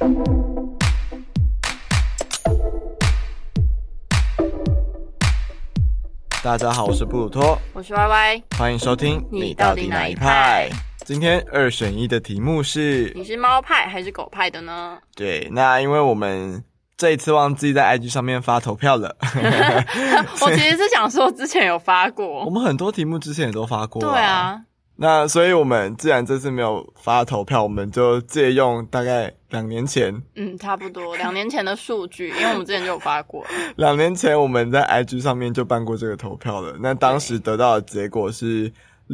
大家好，我是布鲁托， 我是 YY， 欢迎收听你到底哪一派？ 今天2选1的题目是： 你是猫派还是狗派的呢？ 对，那因为我们这一次忘记在 IG 上面发投票了。 我其实是想说之前有发过， 我们很多题目之前也都发过对啊。 那所以我们既然这次没有发投票，我们就借用大概2年前， 差不多2年前的数据，因为我们之前就有发过了。 2年前我们在 IG 上面就办过这个投票了。那当时得到的结果是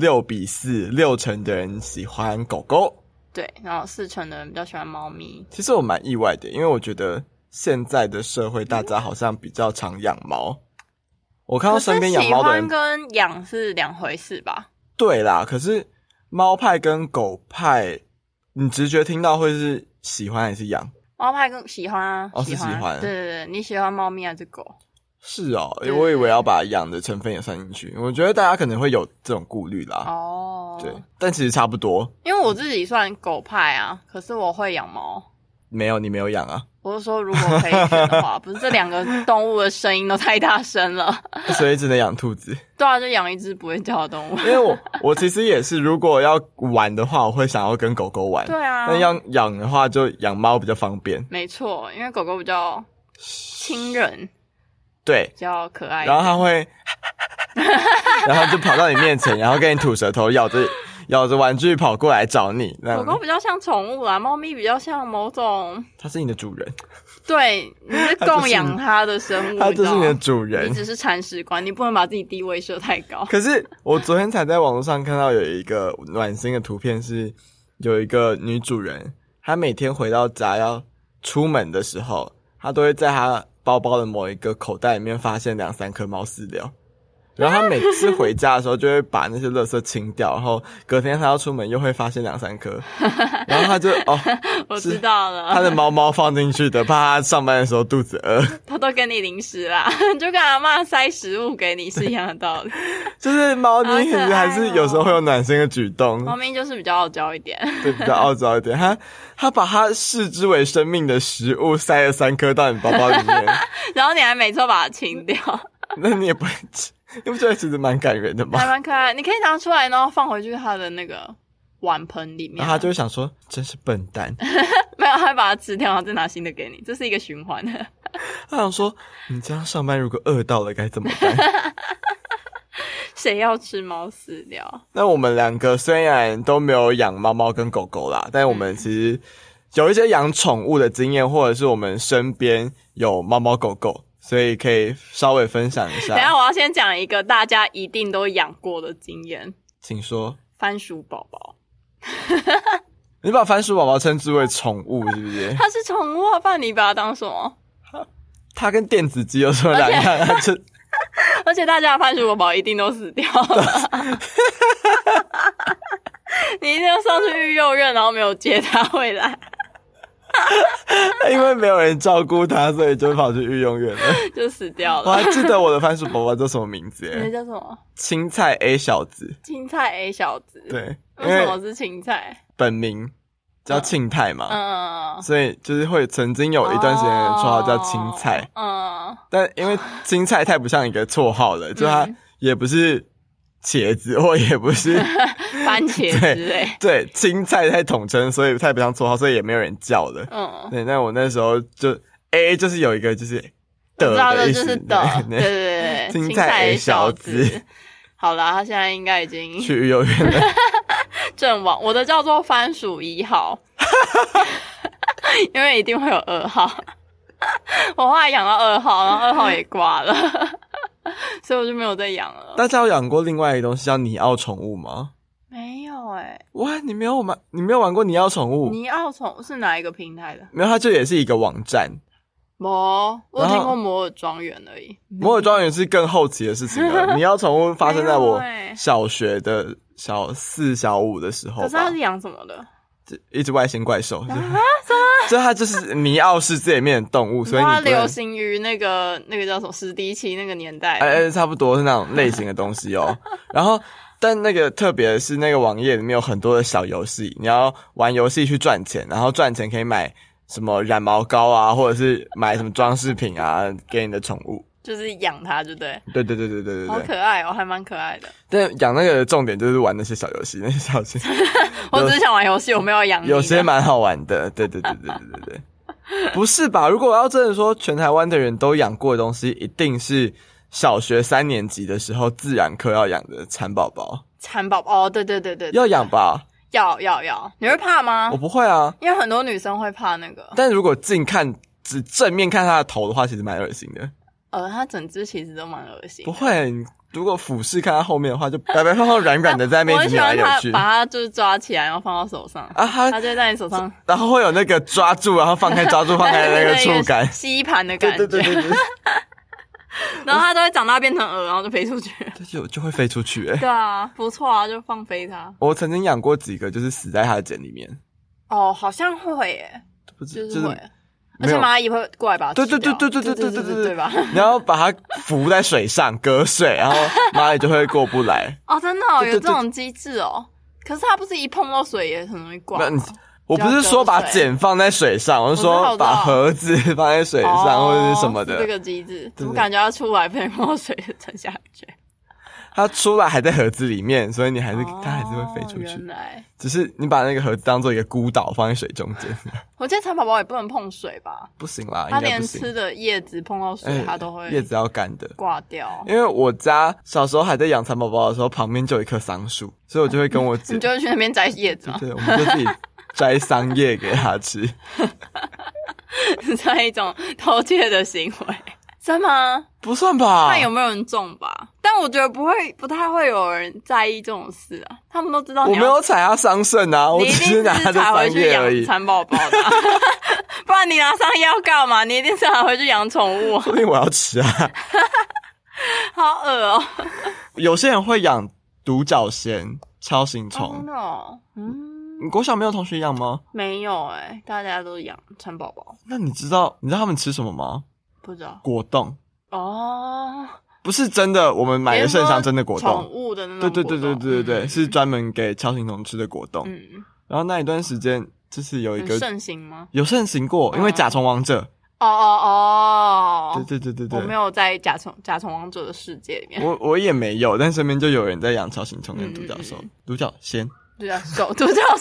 6:4，60%的人喜欢狗狗， 对，然后40%的人比较喜欢猫咪。 其实我蛮意外的，因为我觉得现在的社会大家好像比较常养猫。我看到身边养猫的人， 喜欢跟养是两回事吧？ 对啦，可是猫派跟狗派，你直觉听到会是喜欢还是养？ 猫派更喜欢啊， 是喜欢。 对对对，你喜欢猫咪还是狗？ 是哦，我以为要把养的成分也算进去。我觉得大家可能会有这种顾虑啦。 哦， 对，但其实差不多。 因为我自己算狗派啊，可是我会养猫。 没有，你没有养啊。 我是说，如果可以选的话，不是这两个动物的声音都太大声了， 所以只能养兔子。 对啊，就养一只不会叫的动物。 因为我其实也是，如果要玩的话，我会想要跟狗狗玩。 对啊， 但要养的话，就养猫比较方便。 没错，因为狗狗比较亲人， 对， 比较可爱。 然后它会，然后就跑到你面前，然后跟你吐舌头，咬着玩具跑过来找你。 狗狗比较像宠物啦，猫咪比较像某种。 它是你的主人。 对，你是供养它的生物， 它就是你的主人。 你只是铲屎官，你不能把自己地位设太高。 可是我昨天才在网络上看到有一个暖心的图片，是有一个女主人，她每天回到家要出门的时候，她都会在她包包的某一个口袋里面发现2-3颗猫饲料。然后他每次回家的时候就会把那些垃圾清掉，然后隔天他要出门又会发现2-3颗，然后他就我知道了， 他的猫放进去的，怕他上班的时候肚子饿， 他都给你零食啦，就跟阿嬷塞食物给你是一样的道理。 就是猫咪其实还是有时候会有暖心的举动， 猫咪就是比较傲娇一点， 对，比较傲娇一点，他把它视之为生命的食物塞了3颗到你包包里面， 然后你还每次都把它清掉， 那你也不会吃。你不觉得其实蛮感人的吗？ 还蛮可爱，你可以拿出来，然后放回去他的那个碗盆里面。 然后他就会想说，真是笨蛋。 没有，他会把它吃掉，然后再拿新的给你，这是一个循环的。 他想说，你这样上班如果饿到了该怎么办？ 谁要吃猫饲料？ 那我们2个虽然都没有养猫猫跟狗狗啦，但我们其实有一些养宠物的经验，或者是我们身边有猫猫狗狗。所以可以稍微分享一下。 等一下我要先讲一个大家一定都养过的经验。 请说。 番薯宝宝。 你把番薯宝宝称之为宠物是不是？ 它是宠物啊，不然你把它当什么？ 它跟电子鸡有什么两样？ 而且大家的番薯宝宝一定都死掉了。你一定要上去育幼院，然后没有接它回来。 因为没有人照顾它，所以就跑去育幼院了， 就死掉了。 我还记得我的番薯宝宝叫什么名字耶？ 你叫什么？ 青菜 A 小子。 青菜 A 小子。 对， 为什么是青菜？ 本名叫庆泰嘛，所以就是会曾经有一段时间的绰号叫青菜，但因为青菜太不像一个绰号了，就它也不是茄子，或也不是番茄之类， 对，青菜太统称，所以太不像绰号，所以也没有人叫了。对，那我那时候就 A 就是有一个就是的的意思， 就是的，对对对， 青菜 A 小子。 好啦，他现在应该已经去育幼院了， 阵亡。我的叫做番薯1号，因为一定会有2号。我后来养到2号，然后2号也挂了。所以我就没有再养了。 大家有养过另外一个东西叫尼奥宠物吗？ 没有哇，你没有玩过尼奥宠物？ 尼奥宠物是哪一个平台的？ 没有，它就也是一个网站。 我有听过摩尔庄园而已。 摩尔庄园是更后期的事情了。尼奥宠物发生在我小学的小4、小5的时候吧。 可是它是养什么的？ 一只外星怪兽。什么？就它就是尼奥世界里面的动物，所以它流行于那个叫什么史迪奇那个年代。 差不多是那种类型的东西哦。然后，但那个特别的是，那个网页里面有很多的小游戏，你要玩游戏去赚钱，然后赚钱可以买什么染毛膏啊，或者是买什么装饰品啊给你的宠物。 就是养它，就对。 对， 好可爱哦，还蛮可爱的。 但养那个的重点就是玩那些小游戏，那些小游戏。 我只是想玩游戏，我没有养你。 有些蛮好玩的，对。不是吧？如果我要真的说全台湾的人都养过的东西，一定是小学3年级的时候自然课要养的蚕宝宝。 蚕宝宝，哦，对， 要养吧？ 要。你会怕吗？ 我不会啊， 因为很多女生会怕那个。 但如果近看只正面看它的头的话，其实蛮恶心的。 它整只其实都蛮恶心的。 不会，你如果俯视看它后面的话，就白白胖胖软软的在那边一直扭来扭去。 把它就是抓起来，然后放到手上啊，它就在你手上， 然后会有那个抓住，然后放开抓住放开的那个触感， 吸盘的感觉。对。然后它都会长大变成蛾，然后就飞出去。 就会飞出去对啊，不错啊，就放飞它。 我曾经养过几个，就是死在它的茧里面。 哦，好像会耶，就是会。而且蚂蚁会过来把它吃掉。对吧？ 你要把它浮在水上隔水，然后蚂蚁就会过不来。 哦，真的有这种机制哦。可是它不是一碰到水也很容易挂吗？ 我不是说把茧放在水上，我是说把盒子放在水上或者是什么的。 这个机制，怎么感觉它出来被碰到水就沉下去？ 它出来还在盒子里面，所以它还是会飞出去。 原来只是你把那个盒子当做一个孤岛放在水中间。 我记得蚕宝宝也不能碰水吧？ 不行啦， 它连吃的叶子碰到水，它都会叶子要干的挂掉。 因为我家小时候还在养蚕宝宝的时候，旁边就有一棵桑树，所以我就会跟我姐， 你就会去那边摘叶子吗？ 对，我们就自己摘桑叶给它吃。 这一种偷窃的行为。真吗？ 不算吧， 看有没有人中吧。但我觉得不太会有人在意这种事啊。他们都知道我没有踩他桑葚啊，我只是拿他的桑叶而已。 蚕宝宝的、啊，不然你拿桑叶要干嘛？你一定是拿回去养宠物、啊。 说不定我要吃啊。 好恶哦。 有些人会养独角仙、锹形虫。 真的哦， 你国小没有同学养吗？ 没有大家都养蚕宝宝。 那你知道他们吃什么吗？ 不知道。 果冻哦， 不是真的，我们买的圣香真的果冻， 宠物的那种果冻。 对，是专门给锹形虫吃的果冻。然后那一段时间就是有一个盛行吗？ 有盛行过，因为甲虫王者。对， 我没有在甲虫王者的世界里面。 我也没有，但身边就有人在养锹形虫跟独角兽、独角仙、 独角兽。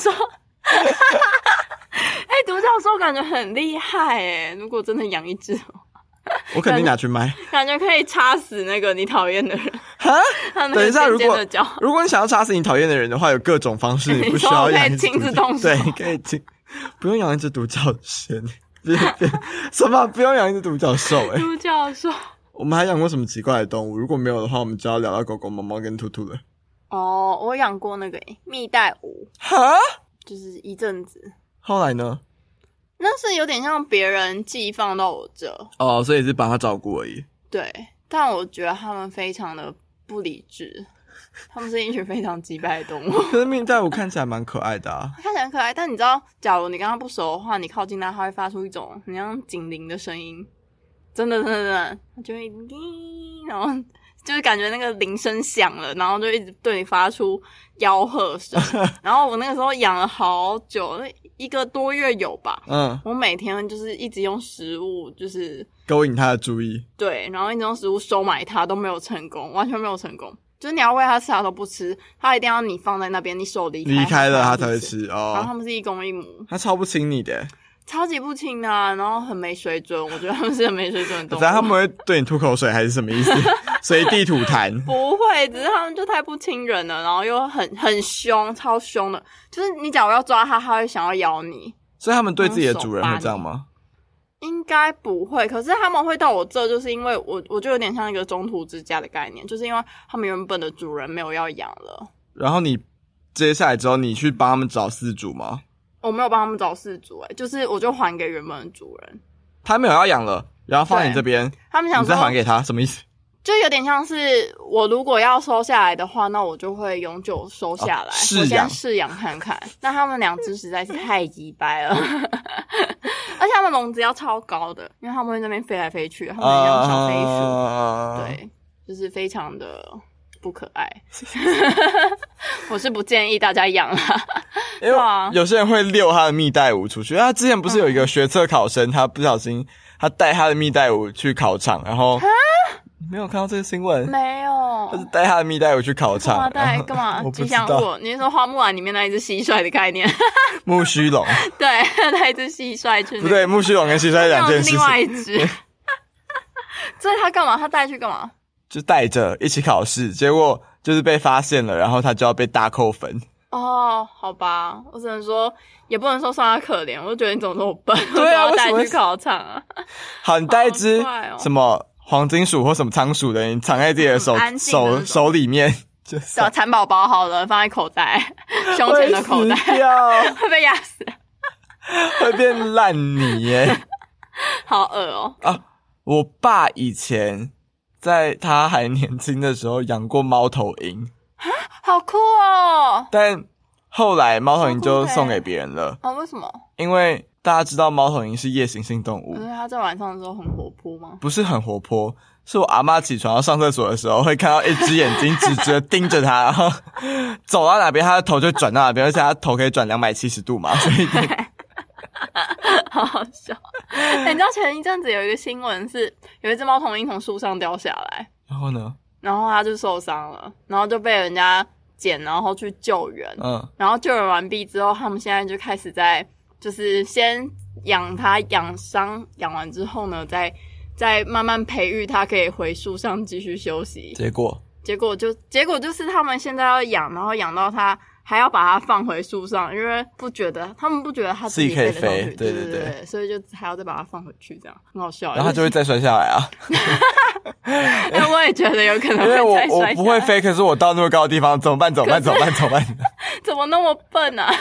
独角兽感觉很厉害如果真的养一只。 我肯定拿去卖， 感觉可以插死那个你讨厌的人。 哈，等一下，如果你想要插死你讨厌的人的话，有各种方式，你不需要养一只亲自动手， 对，可以不用养一只独角仙，什么不用养一只独角兽？ 独角兽。 我们还养过什么奇怪的动物？如果没有的话，我们就要聊到狗狗、猫猫跟兔兔了。 哦，我养过那个蜜袋鼯， 哈， 就是一阵子。 后来呢？ 那是有点像别人寄放到我这哦，所以是帮他照顾而已。 对，但我觉得他们非常的不理智，他们是一群非常击败的动物。 可是蜜袋鼯看起来蛮可爱的啊， 看起来很可爱，但你知道，假如你跟他不熟的话，你靠近他，他会发出一种很像警铃的声音，真的，他就会叮，然后就是感觉那个铃声响了，然后就一直对你发出吆喝声。然后我那个时候养了好久，1个多月有吧。我每天就是一直用食物就是勾引他的注意。对， 然后一直用食物收买他，都没有成功，完全没有成功。就是你要喂他吃，他都不吃，他一定要你放在那边，你手离开了他才会吃哦。 然后他们是一公一母， 他超不亲你的。 超级不亲的然后很没水准，我觉得他们是很没水准的动物。 他们会对你吐口水还是什么意思？随地吐痰？ 不会，只是他们就太不亲人了，然后又很凶，超凶的。就是你假如要抓他，他会想要咬你。 所以他们对自己的主人会这样吗？ 应该不会，可是他们会到我这，就是因为我就有点像一个中途之家的概念，就是因为他们原本的主人没有要养了。然后你接下来之后，你去帮他们找饲主吗？我没有帮他们找饲主就是我就还给原本的主人。他没有要养了，然后放你这边，他们想说你再还给他，什么意思？就有点像是我如果要收下来的话，那我就会永久收下来，我先饲养看看。那他们2只实在是太鸡掰了，而且他们笼子要超高的，因为他们会在那边飞来飞去，他们很像小飞鼠，对，就是非常的不可爱。 我是不建议大家养啦， 因为有些人会遛他的蜜袋鼯出去。他之前不是有一个学测考生，他不小心他带他的蜜袋鼯去考场，然后没有看到这个新闻？ 没有， 他是带他的蜜袋鼯去考场， 干嘛？吉祥物？你是说花木兰里面那一只蟋蟀的概念？ 木须龙， 对，那一只蟋蟀去。 不对，木须龙跟蟋蟀两件事情。 另外一只。所以他干嘛？他带去干嘛？ 就带着一起考试，结果就是被发现了，然后他就要被大扣分。 哦，好吧，我只能说，也不能说算他可怜，我就觉得你怎么那么笨， 对啊， 我带去考场啊。 好，你带一只什么黄金鼠或什么仓鼠的，你藏在自己的手里面，就是蚕宝宝好了，放在口袋，胸前的口袋，会被压死， 会变烂泥耶， 好恶哦。 啊，我爸以前在他还年轻的时候养过猫头鹰， 好酷哦！ 但后来猫头鹰就送给别人了。 啊？为什么？ 因为大家知道猫头鹰是夜行性动物， 因为它在晚上的时候很活泼吗？ 不是很活泼，是我阿嬷起床要上厕所的时候，会看到一只眼睛直直的盯着它，然后走到哪边，它的头就转到哪边，而且它头可以转270度嘛，所以好好笑。你知道前一阵子有一个新闻是有一只猫头鹰从树上掉下来， 然后呢？ 然后它就受伤了，然后就被人家捡，然后去救援。然后救援完毕之后，他们现在就开始就是先养它，养完之后呢，再慢慢培育它，可以回树上继续休息。结果就是他们现在要养，然后养到它还要把它放回树上，因为他们不觉得它自己可以飞，对，所以就还要再把它放回去，这样很好笑。 然后它就会再摔下来啊。 我也觉得有可能会再摔下来， 因为我不会飞，可是我到那么高的地方怎么办？怎么那么笨啊？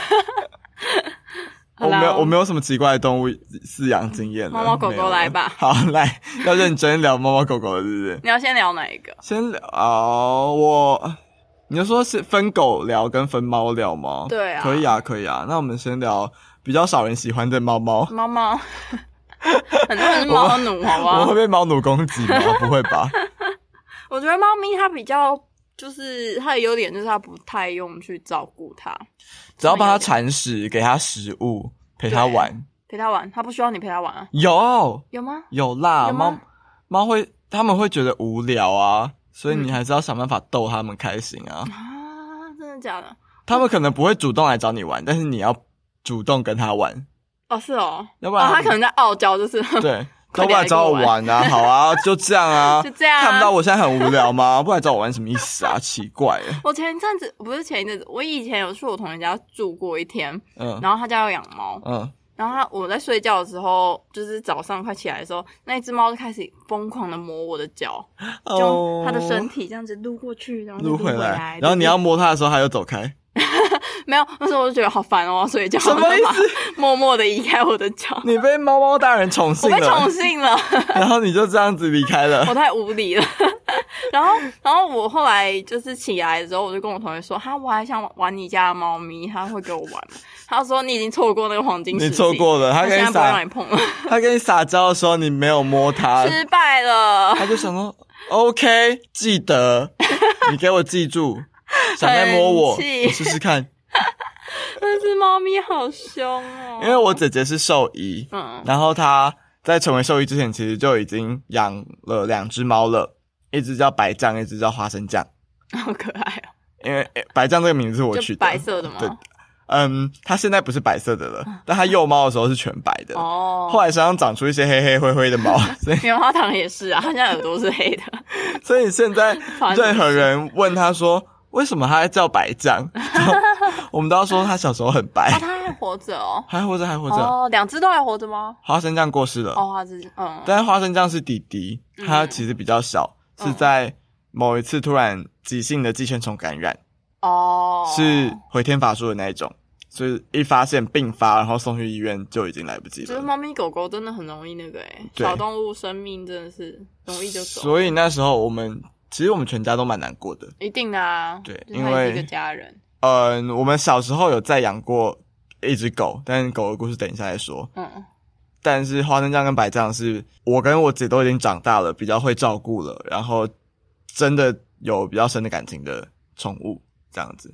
我没有什么奇怪的动物饲养经验了。 猫猫狗狗来吧。 好，来，要认真聊猫猫狗狗的，是不是？ 你要先聊哪一个？ 先聊你就说是分狗聊跟分猫聊吗？ 对啊， 可以啊。那我们先聊比较少人喜欢的猫猫。 很多人是猫奴，好不好？ 我会被猫奴攻击吗？不会吧？ 我觉得猫咪它比较就是它的优点就是它不太用去照顾它， 只要帮它铲屎，给它食物，陪它玩， 它不需要你陪它玩啊？ 有吗？ 有啦，猫他们会觉得无聊啊，所以你还是要想办法逗他们开心啊。 真的假的？ 他们可能不会主动来找你玩，但是你要主动跟他玩。 哦，是哦， 要不然他可能在傲娇，就是对，都不来找我玩啊，好啊，就这样啊， 就这样啊， 看不到我现在很无聊吗？不来找我玩什么意思啊？奇怪耶。 我以前有去我同学家住过一天，然后他家有养猫，然后我在睡觉的时候，就是早上快起来的时候，那一只猫就开始疯狂的摸我的脚，就它的身体这样子撸过去，然后撸回来， 然后你要摸它的时候，它又走开。 没有，那时候我就觉得好烦哦，我要睡觉。 什么意思？ 默默的移开我的脚。 你被猫猫大人宠幸了。 我被宠幸了。 然后你就这样子离开了。 我太无理了。然后我后来就是起来的时候，我就跟我同学说，我还想玩你家的猫咪，他会给我玩吗？他说你已经错过那个黄金时期， 你错过了，他跟你现在不会让你碰了。 他跟你撒娇的时候，你没有摸他， 失败了。 他就想说 OK， 记得，你给我记住，想再摸我，你试试看。 那只猫咪好凶哦。 因为我姐姐是兽医，然后她在成为兽医之前，其实就已经养了2只猫了，一只叫白酱，一只叫花生酱。 好可爱哦。 因为白酱这个名字是我取的， 白色的吗？ 对，它现在不是白色的了，但它幼猫的时候是全白的。后来身上长出一些黑黑灰灰的毛，所以棉花糖也是啊，它现在耳朵是黑的。 所以现在任何人问他说为什么他叫白酱，我们都要说他小时候很白。 他还活着哦？ 还活着。 哦，2只都还活着吗？ 花生酱过世了。但是花生酱是弟弟，他其实比较小，是在某一次突然急性的寄生虫感染，是回天乏术的那一种，所以一发现并发，然后送去医院就已经来不及了。 就是猫咪狗狗真的很容易那个小动物生命真的是容易就走。 所以那时候其实我们全家都蛮难过的。 一定的啊， 对， 因为一个家人。 我们小时候有再养过一只狗，但狗的故事等一下再说。但是花生酱跟白酱是我跟我姐都已经长大了，比较会照顾了，然后真的有比较深的感情的宠物这样子。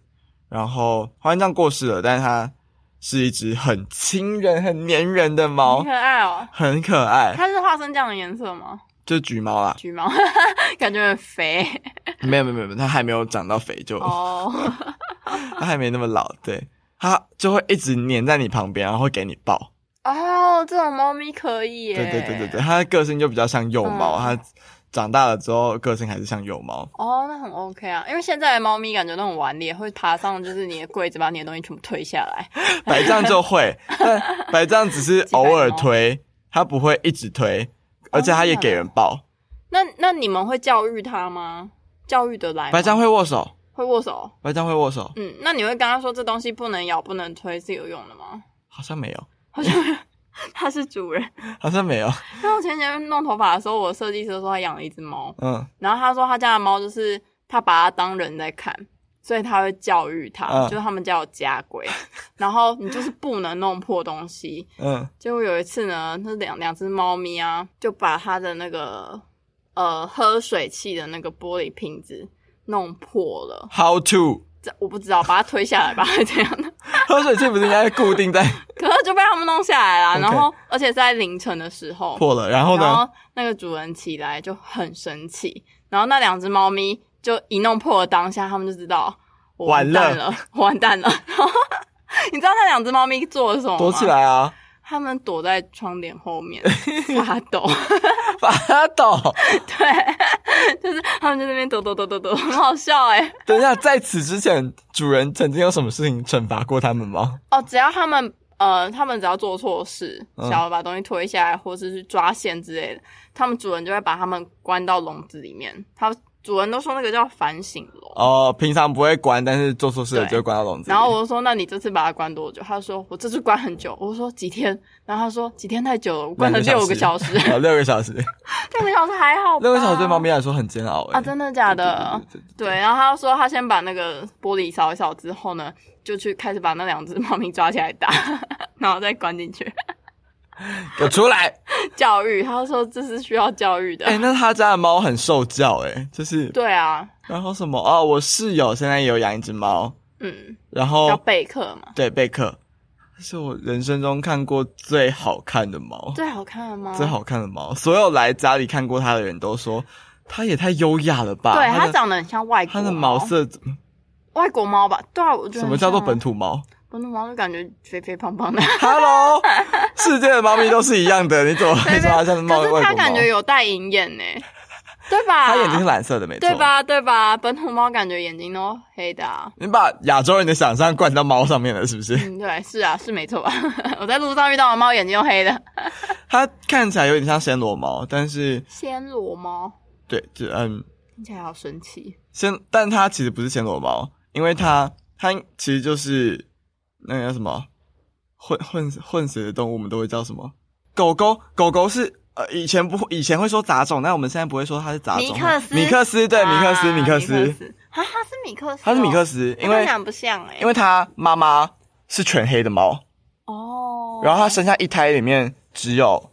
然后花园酱过世了，但是它是一只很亲人、很黏人的猫， 很可爱哦， 很可爱。 它是花生酱的颜色吗？ 就是橘猫啦， 橘猫，感觉很肥。 没有，它还没有长到肥就，它还没那么老，对，它就会一直黏在你旁边，然后会给你抱。 哦，这种猫咪可以耶。 对，它的个性就比较像幼猫，它长大了之后个性还是像幼猫。 哦，那很 OK 啊，因为现在的猫咪感觉都很顽劣，会爬上就是你的柜子，把你的东西全部推下来。 白酱就会，但白酱只是偶尔推，它不会一直推，而且它也给人抱。 那你们会教育它吗？教育得来吗？ 白酱会握手， 会握手。 白酱会握手。 那你会跟他说这东西不能咬、不能推是有用的吗？ 好像没有， 好像没有。他是主人， 好像没有。 因为我前年弄头发的时候，我设计师说他养了一只猫，然后他说他家的猫就是他把它当人在看，所以他会教育它，就是他们家有家规，然后你就是不能弄破东西。结果有一次呢，那两只猫咪啊，就把它的那个喝水器的那个玻璃瓶子弄破了。 How to？ 我不知道，把它推下来吧，还是怎样的？ 喝水器不是应该固定在？ 可是就被他们弄下来啦，然后而且是在凌晨的时候破了，然后呢？ 然后那个主人起来就很生气，然后那两只猫咪就一弄破的当下，他们就知道我完蛋了，完蛋了。然后你知道那两只猫咪做了什么吗？ 躲起来啊！ 他们躲在窗帘后面发抖， 发抖。 对，就是他们在那边抖，很好笑欸。 等一下，在此之前，主人曾经有什么事情惩罚过他们吗？ 哦，只要他们只要做错事，想要把东西推下来，或是去抓线之类的，他们主人就会把他们关到笼子里面。主人都说那个叫反省笼。哦， 平常不会关，但是做错事了就会关到笼子里。 然后我就说，那你这次把它关多久？他说我这次关很久。我说几天？然后他说几天太久了，我关了6个小时。 6个小时。 6个小时还好吧？ 6个小时对猫咪来说很煎熬啊，真的假的？对，然后他就说他先把那个玻璃扫一扫之后呢，就去开始把那两只猫咪抓起来打，然后再关进去。 给我出来！ 教育，他说这是需要教育的。 那他家的猫很受教就是对啊。 然后什么我室友现在也有养一只猫，然后叫贝克嘛。 对，贝克是我人生中看过最好看的猫。 最好看的猫。 最好看的猫，所有来家里看过它的人都说它也太优雅了吧。 对，它长得很像外国猫。它的毛色外国猫吧？对啊，我觉得什么叫做本土猫？ 本土猫就感觉肥肥胖胖的。 Hello， 世界的猫咪都是一样的，你怎么会说它像外国猫？ 可是它感觉有带银眼对吧？ 它眼睛是蓝色的，没错。 对吧？本土猫感觉眼睛都黑的啊。 你把亚洲人的想象灌到猫上面了，是不是？ 对，是啊，是没错吧？我在路上遇到的猫眼睛都黑的。 它看起来有点像暹罗猫，但是暹罗猫。对， 听起来好神奇。 但它其实不是暹罗猫，因为它其实就是那个叫什么混血的动物，我们都会叫什么？狗狗是以前会说杂种，但我们现在不会说它是杂种。米克斯对，米克斯。 它是米克斯。 它是米克斯，因为看不像因为它妈妈是全黑的猫然后它生下一胎里面只有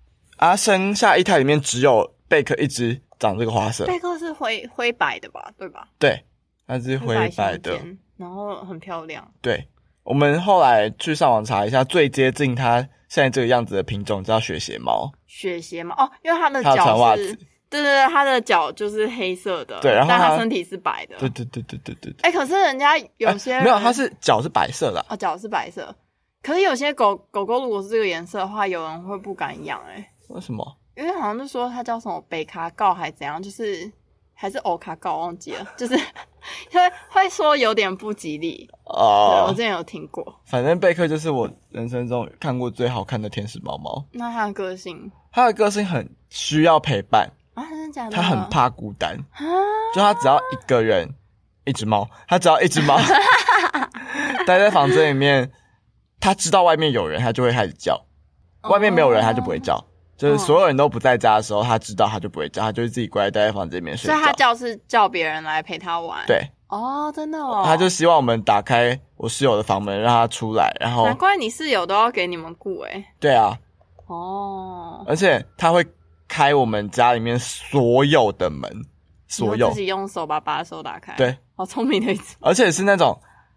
贝克一只长这个花色。 贝克是灰白的吧？对吧？ 对，它是灰白的， 然后很漂亮。 对，我们后来去上网查一下，最接近它现在这个样子的品种叫雪鞋猫。雪鞋猫因为它的脚是，对，它的脚就是黑色的，对，然后但它身体是白的。对。可是人家有些人没有，它是脚是白色的。脚是白色。可是有些狗狗如果是这个颜色的话，有人会不敢养为什么？因为好像就说它叫什么北卡告还怎样，就是还是欧卡告忘记了，就是会说有点不吉利对，我之前有听过。反正贝克就是我人生中看过最好看的天使猫猫。那它的个性？它的个性很需要陪伴真的假的？它很怕孤单就它只要一个人一只猫，它只要一只猫待在房间里面，它知道外面有人它就会开始叫，外面没有人它就不会叫，就是所有人都不在家的时候，它知道它就不会叫，它就会自己乖乖待在房间里面睡觉。所以它叫是叫别人来陪它玩。对。真的他就希望我们打开我室友的房门让他出来，然后难怪你室友都要给你们顾对啊。而且他会开我们家里面所有的门，所有自己用手把手打开。对，好聪明的一只。而且是那种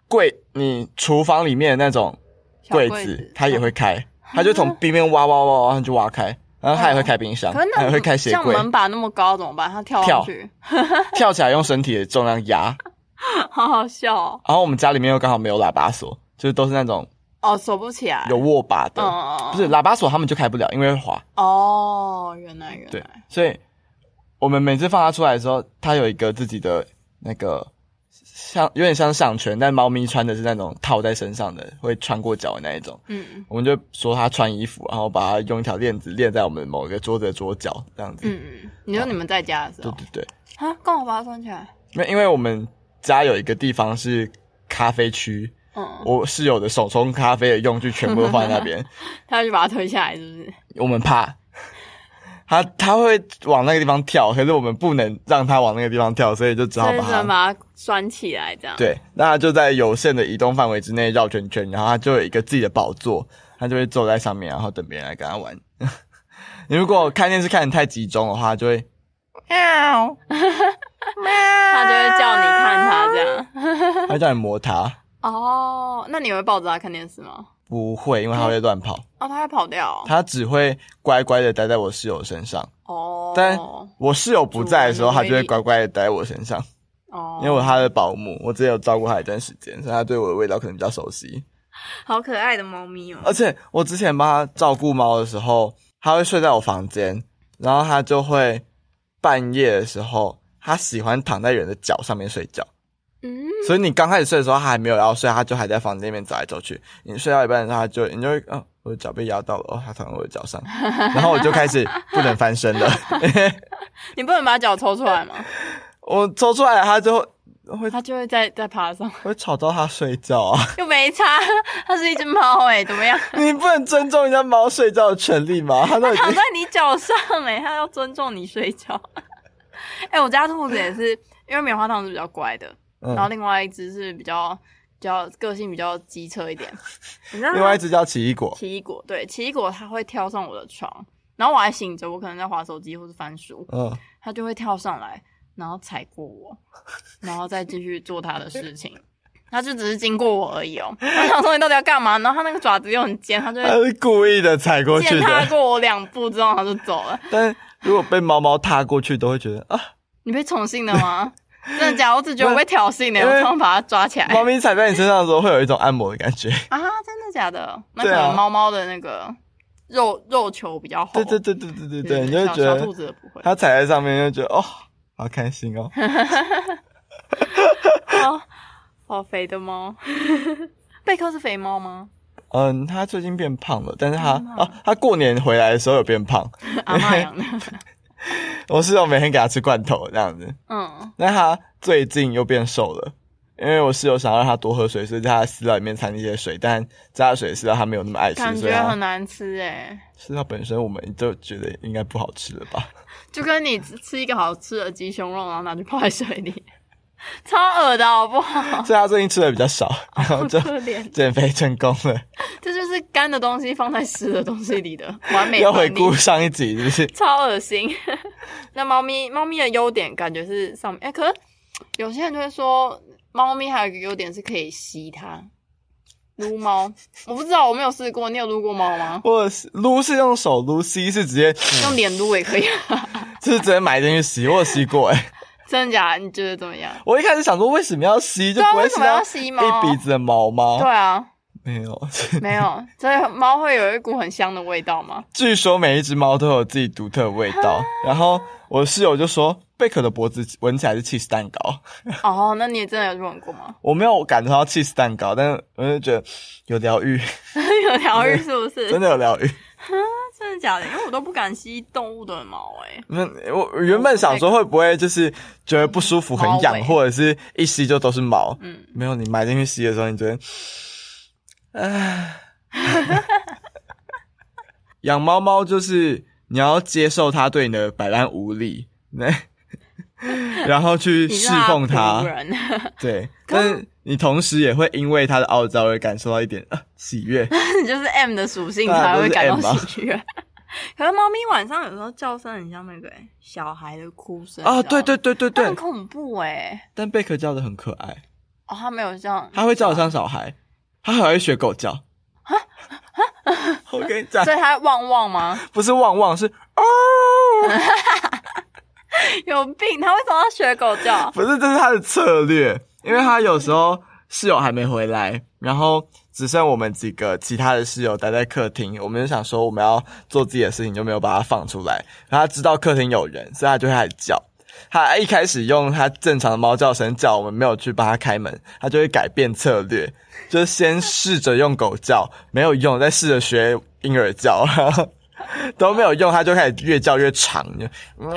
你厨房里面的那种柜子它也会开，它就从边边挖，然后就挖开，然后它也会开冰箱，它也会开鞋柜。 像门把那么高怎么办？它跳上去， 跳起来用身体的重量压， 好好笑哦。 然后我们家里面又刚好没有喇叭锁，就是都是那种锁不起来， 有握把的，不是喇叭锁他们就开不了，因为会滑。 原来对，所以我们每次放它出来的时候，它有一个自己的那个有点像项圈，但猫咪穿的是那种套在身上的，会穿过脚的那一种。我们就说它穿衣服，然后把它用一条链子链在我们某个桌子的桌角，这样子。 你说你们在家的时候？ 对。 啊，干嘛把它穿起来？ 因为我们家有一个地方是咖啡区。我室友的手冲咖啡的用具全部都放在那边， 他就把它推下来，是不是？ 我们怕他会往那个地方跳，可是我们不能让他往那个地方跳，所以就只好把它拴起来，这样。 对，那他就在有限的移动范围之内绕圈圈，然后他就有一个自己的宝座，他就会坐在上面，然后等别人来跟他玩。你如果看电视看得太集中的话，就会喵， 他就会叫你看他这样， 他叫你摸他。 那你会抱着他看电视吗？ 不会，因为他会乱跑。 他会跑掉。 他只会乖乖的待在我室友身上。但我室友不在的时候，他就会乖乖的待在我身上。因为我是他的保姆，我之前有照顾他一段时间，所以他对我的味道可能比较熟悉。 好可爱的猫咪哦！ 而且我之前帮他照顾猫的时候，他会睡在我房间，然后他就会半夜的时候，他喜欢躺在人的脚上面睡觉。所以你刚开始睡的时候，他还没有要睡，他就还在房间里面走来走去。你睡到一半的时候，你就会我的脚被压到了，他躺在我的脚上，然后我就开始不能翻身了。 你不能把脚抽出来吗？ 我抽出来，他就会再爬上， 会吵到他睡觉啊。 又没差，它是一只猫怎么样？ 你不能尊重人家猫睡觉的权利吗？它躺在你脚上它要尊重你睡觉。我家兔子也是，因为棉花糖是比较乖的。然后另外一只是比较个性比较机车一点， 另外一只叫奇异果。 对，奇异果它会跳上我的床，然后我还醒着，我可能在滑手机或是翻书，它就会跳上来，然后踩过我，然后再继续做它的事情。它就只是经过我而已我想说你到底要干嘛？然后它那个爪子又很尖，它是故意的踩过去的， 践踏过我2步之后它就走了。 但如果被猫猫踏过去，都会觉得你被宠幸了吗？真的假的？我只觉得我被挑衅我常常把它抓起来。 猫咪踩在你身上的时候，会有一种按摩的感觉啊！真的假的？那可能猫猫的那个肉球比较厚。 对，你就会觉得小兔子的不会。 它踩在上面就觉得好开心哦。 好肥的猫。贝克是肥猫吗？ 它最近变胖了，但是它过年回来的时候有变胖。 阿嬷养的。 我室友每天给他吃罐头这样子，但他最近又变瘦了，因为我室友想要让他多喝水，所以在他的饲料里面掺一些水，但加的水饲料他没有那么爱吃， 感觉很难吃饲料本身我们就觉得应该不好吃了吧？ 就跟你吃一个好吃的鸡胸肉，然后拿去泡在水里，超恶的好不好？ 所以他最近吃的比较少，然后就减肥成功了。 这就是干的东西放在湿的东西里的完美。 要回顾上一集是不是？ 超恶心。那猫咪的优点感觉是上面，可是有些人就会说猫咪还有一个优点是可以吸它。撸猫，我不知道，我没有试过，你有撸过猫吗？ 我撸是用手撸，吸是直接用脸撸也可以。 就是直接埋进去吸，我有吸过真的假的？你觉得怎么样？ 我一开始想说为什么要吸，就不会吸猫一鼻子的毛吗？ 对啊， 没有， 所以猫会有一股很香的味道吗？ 据说每一只猫都有自己独特的味道。然后我室友就说贝壳的脖子闻起来是 cheese 蛋糕。 那你也真的有去闻过吗？ 我没有感受到 cheese 蛋糕，但是我就觉得有疗愈。 有疗愈是不是？ 真的有疗愈。 真的假的？因为我都不敢吸动物的毛我原本想说会不会就是觉得不舒服很痒，或者是一吸就都是毛。没有，你埋进去吸的时候，你觉得养猫猫就是你要接受它对你的百般无理，然后去侍奉它。对，但是你同时也会因为它的傲娇而感受到一点喜悦。 你就是 M 的属性才会感到喜悦。可是猫咪晚上有时候叫声很像那个小孩的哭声对， 很恐怖但贝壳叫的很可爱。 哦，他没有像， 他会叫得像小孩，他还会学狗叫。我跟你讲， 所以他汪汪吗？ 不是汪汪，是哦。 有病！他为什么要学狗叫？ 不是，这是他的策略，因为他有时候室友还没回来，然后只剩我们几个其他的室友待在客厅，我们就想说我们要做自己的事情，就没有把它放出来。然后他知道客厅有人，所以他就会开始叫。他一开始用他正常的猫叫声叫我们，没有去帮他开门，他就会改变策略，就是先试着用狗叫，没有用，再试着学婴儿叫，然后都没有用，他就开始越叫越长，就喵。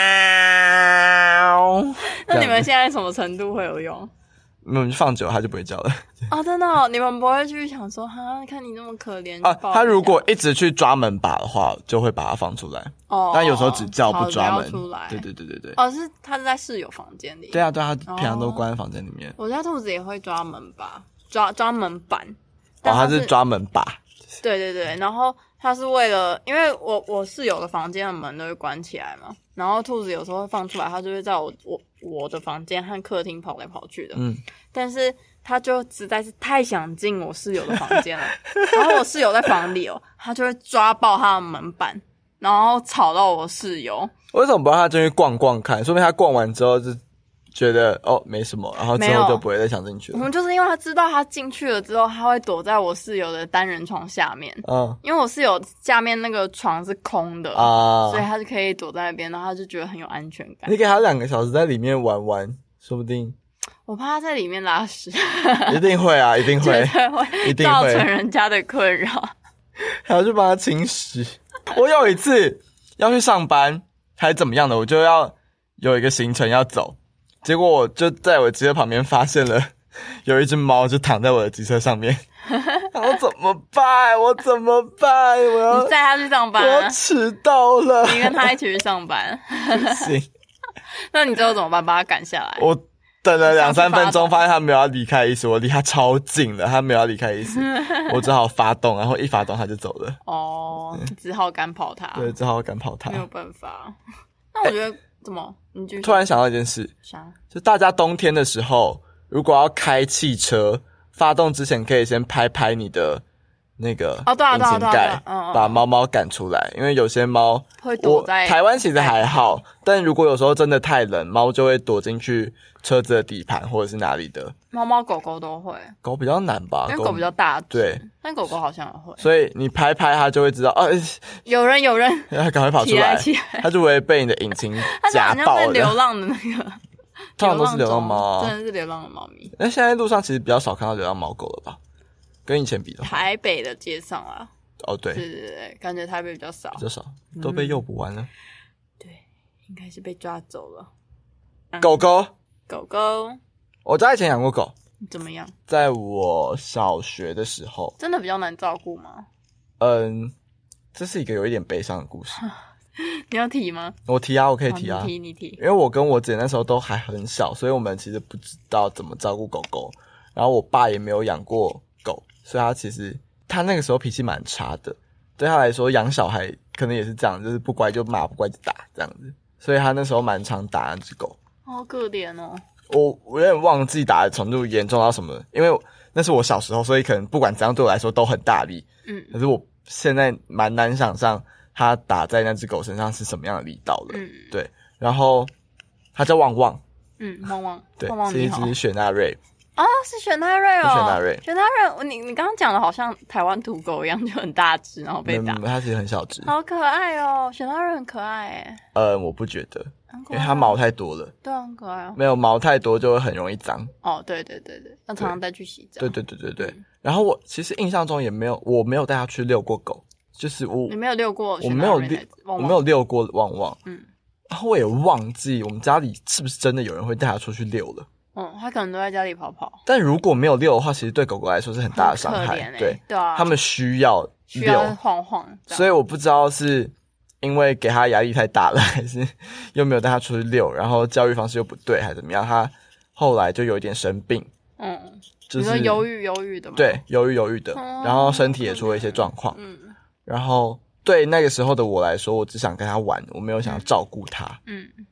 那你们现在什么程度会有用？ 放久他就不会叫了。 哦，真的哦，你们不会去想说，哈，看你那么可怜啊，他如果一直去抓门把的话，就会把它放出来。 哦， 但有时候只叫不抓门。 出来。 对对对对对。 哦，他是在室友房间里。 对啊对啊，他平常都关在房间里面。 我家兔子也会抓门把，抓门板。 哦，他是抓门把。 对对对，然后他是为了，因为我室友的房间的门都会关起来嘛，然后兔子有时候会放出来，它就会在我的房间和客厅跑来跑去的。但是他就实在是太想进我室友的房间了，然后我室友在房里他就会抓爆他的门板，然后吵到我室友。 为什么不让他进去逛逛看？说明他逛完之后就觉得没什么，然后之后就不会再想进去了。 我们就是因为他知道他进去了之后，他会躲在我室友的单人床下面。因为我室友下面那个床是空的所以他就可以躲在那边，然后他就觉得很有安全感。 你给他2个小时在里面玩玩，说不定。 我怕他在里面拉屎。 一定会啊，一定会， 一定会造成人家的困扰。 还要去帮他清屎。我有一次要去上班还是怎么样的，我就要有一个行程要走，结果我就在我机车旁边发现了有一只猫就躺在我的机车上面。我怎么办？我要你载他去上班我迟到了。 你跟他一起去上班。 不行。 那你最后怎么办？把他赶下来？ 我等了2-3分钟，发现他没有要离开的意思，我离他超近了，他没有要离开的意思，我只好发动，然后一发动他就走了。 只好赶跑他。 对，只好赶跑他。 没有办法。那我觉得怎么？你就突然想到一件事，就大家冬天的时候，如果要开汽车，发动之前可以先拍拍你的那个引擎盖，把猫猫赶出来，因为有些猫会躲在台湾其实还好，但如果有时候真的太冷，猫就会躲进去车子的底盘或者是哪里的。 猫猫狗狗都会，狗比较难吧， 因为狗比较大只， 对， 但狗狗好像也会， 所以你拍拍它就会知道有人， 它赶快跑出来，它就不会被你的引擎夹爆了。 它流浪的那个， 通常都是流浪猫真的是流浪的猫咪。 那现在路上其实比较少看到流浪猫狗了吧？跟以前比的话， 台北的街上啊， 对， 对，感觉台北比较少， 都被诱捕完了。 对，应该是被抓走了。 狗狗，我家以前养过狗， 怎么样？ 在我小学的时候， 真的比较难照顾吗？ 这是一个有一点悲伤的故事。 你要提吗？ 我提啊，我可以提啊。 你提。 因为我跟我姐那时候都还很小，所以我们其实不知道怎么照顾狗狗。然后我爸也没有养过狗，所以他那个时候脾气蛮差的。对他来说，养小孩可能也是这样，就是不乖就骂，不乖就打这样子。所以他那时候蛮常打那只狗。 好可怜哦。 我有点忘记打的程度严重到什么，因为那是我小时候，所以可能不管怎样对我来说都很大力。可是我现在蛮难想象他打在那只狗身上是什么样的力道的。对。然后他叫旺旺。 旺旺。 对， 旺旺是一只雪纳瑞。 是雪纳瑞哦。 雪纳瑞， 你刚刚讲的好像台湾土狗一样，就很大只，然后被打。 它其实很小只。 好可爱哦，雪纳瑞很可爱耶。 我不觉得，因为它毛太多了。 对啊，很可爱哦。 没有毛太多就会很容易脏。 对，要常常带去洗澡。 对。然后我其实印象中我没有带它去遛过狗，就是你没有遛过雪纳瑞？我没有遛过旺旺。然后我也忘记我们家里是不是真的有人会带它出去遛了。 他可能都在家里跑跑。 但如果没有遛的话，其实对狗狗来说是很大的伤害。对啊， 他们需要晃晃。 所以我不知道是因为给他压力太大了，还是又没有带他出去遛，然后教育方式又不对，还是怎么样，他后来就有一点生病。 就是你说忧郁的吗？ 对，忧郁的，然后身体也出了一些状况。然后对那个时候的我来说，我只想跟他玩，我没有想要照顾他。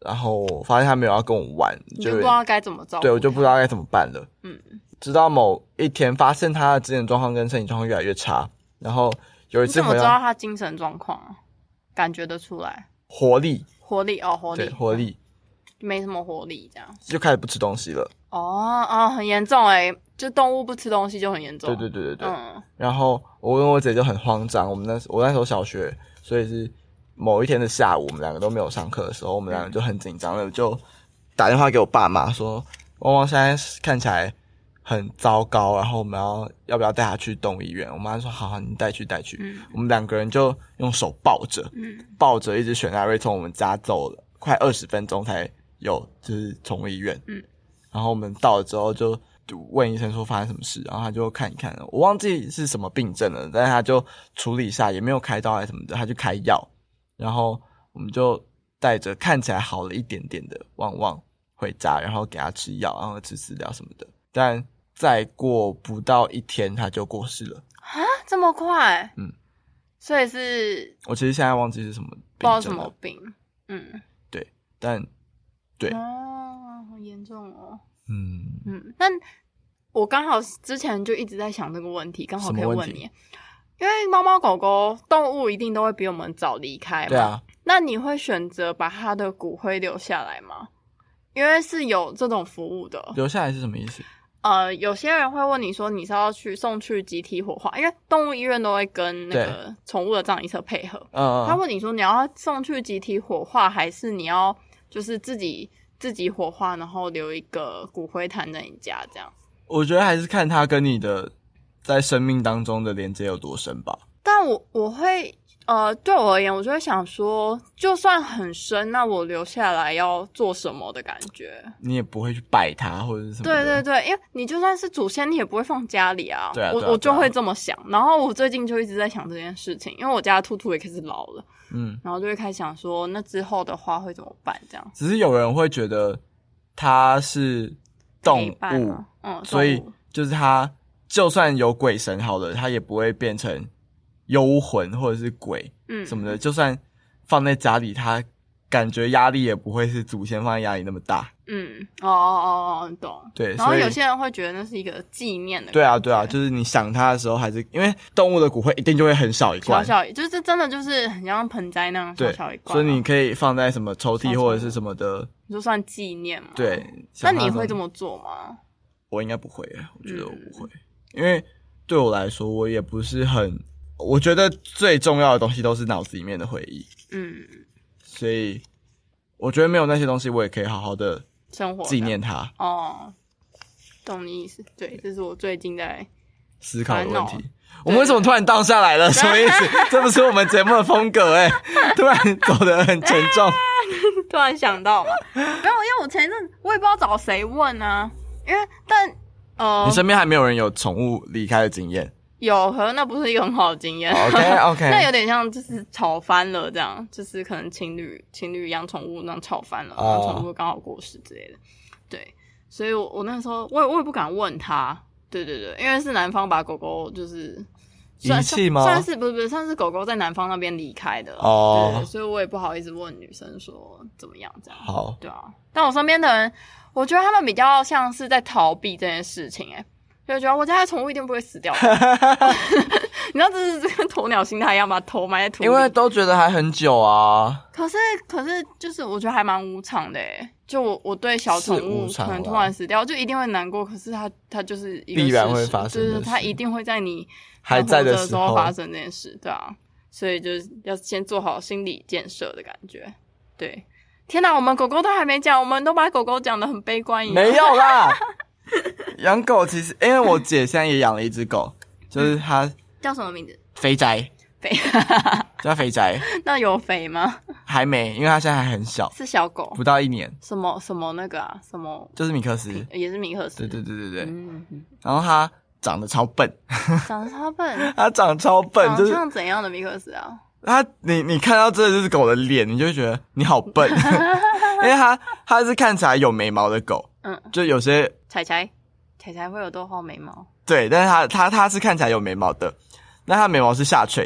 然后我发现他没有要跟我玩， 你就不知道该怎么照顾。 对，我就不知道该怎么办了。直到某一天发现他的精神状况跟身体状况越来越差，然后有一次回到， 你怎么知道他精神状况啊？感觉得出来。 活力， 对， 活力， 没什么活力，这样就开始不吃东西了。 很严重就动物不吃东西就很严重。 对。然后我跟我姐就很慌张，我那时候小学，所以是某一天的下午，我们两个都没有上课的时候，我们两个就很紧张的就打电话给我爸妈说，汪汪现在看起来很糟糕，然后我们要不要带他去动物医院？我妈说好，你带去。我们两个人就用手抱着一只雪纳瑞从我们家走了快20分钟才有就是宠物医院。然后我们到了之后就问医生说发生什么事，然后他就看一看，我忘记是什么病症了，但是他就处理一下，也没有开刀还是什么的，他就开药，然后我们就带着看起来好了一点点的旺旺回家，然后给他吃药，然后吃饲料什么的，但再过不到1天他就过世了。 啊，这么快？所以是我其实现在忘记是什么病症了， 不知道什么病。 对，但对很严重哦。 但我刚好之前就一直在想这个问题，刚好可以问你，因为猫猫狗狗动物一定都会比我们早离开嘛。 对啊。 那你会选择把它的骨灰留下来吗？因为是有这种服务的。 留下来是什么意思？ 有些人会问你说你是要送去集体火化，因为动物医院都会跟那个宠物的葬仪社配合。他问你说你要送去集体火化，还是你要就是自己火化，然后留一个骨灰坛在你家这样？ 我觉得还是看它跟你的在生命当中的连接有多深吧。 但我会对我而言，我就会想说，就算很深，那我留下来要做什么的感觉？ 你也不会去拜它或者是什么的。 对，因为你就算是祖先，你也不会放家里啊。 对啊， 我就会这么想。然后我最近就一直在想这件事情，因为我家的兔兔也开始老了。然后就会开始想说，那之后的话会怎么办？这样。只是有人会觉得它是动物，所以就是它就算有鬼神好了，它也不会变成幽魂或者是鬼什么的，就算放在家里，它感觉压力也不会是祖先放在压力那么大。 懂。 对， 然后有些人会觉得那是一个纪念的。 对啊，就是你想它的时候，还是因为动物的骨灰一定就会很小一罐， 小就是真的就是很像盆栽那样小一罐， 所以你可以放在什么抽屉或者是什么的， 就算纪念嘛。 对， 那你会这么做吗？ 我应该不会，我觉得我不会，因为对我来说，我也不是很。我觉得最重要的东西都是脑子里面的回忆，所以我觉得没有那些东西，我也可以好好的生活纪念它。 懂你意思。对，这是我最近在思考的问题。我们为什么突然荡下来了？什么意思？这不是我们节目的风格突然走得很沉重。 突然想到嘛，没有，因为我前一阵我也不知道找谁问啊， 你身边还没有人有宠物离开的经验？ 有，可是那不是一个很好的经验。 OK 那有点像就是吵翻了这样，就是可能情侣养宠物那样吵翻了，然后宠物刚好过世之类的。对，所以我那时候我也不敢问他。对，因为是男方把狗狗就是遗弃吗？ 算是不是算是狗狗在男方那边离开的对，所以我也不好意思问女生说怎么样这样。 好， 对啊，但我身边的人，我觉得他们比较像是在逃避这件事情就觉得我家的宠物一定不会死掉你知道这是跟鸵鸟心态一样，把头埋在土里， 因为都觉得还很久啊。 可是就是我觉得还蛮无常的就我对小宠物可能突然死掉，就一定会难过。可是它就是一个必然会发生的事， 就是它一定会在你还在的时候发生这件事，对啊。所以就是要先做好心理建设的感觉。对，天哪，我们狗狗都还没讲，我们都把狗狗讲得很悲观一样。 没有啦。养狗其实，因为我姐现在也养了一只狗，就是它叫什么名字？ 肥宅，叫肥宅。 那有肥吗？ 还没，因为它现在还很小， 是小狗， 不到1年。 什么那个啊？什么？ 就是米克斯， 也是米克斯。 对。然后它长得超笨， 长得超笨， 它长超笨，就是像怎样的米克斯啊？ 你看到这只狗的脸，你就会觉得你好笨，因为它是看起来有眉毛的狗，就有些彩彩会有多画眉毛， 对，但是它是看起来有眉毛的，但它眉毛是下垂的，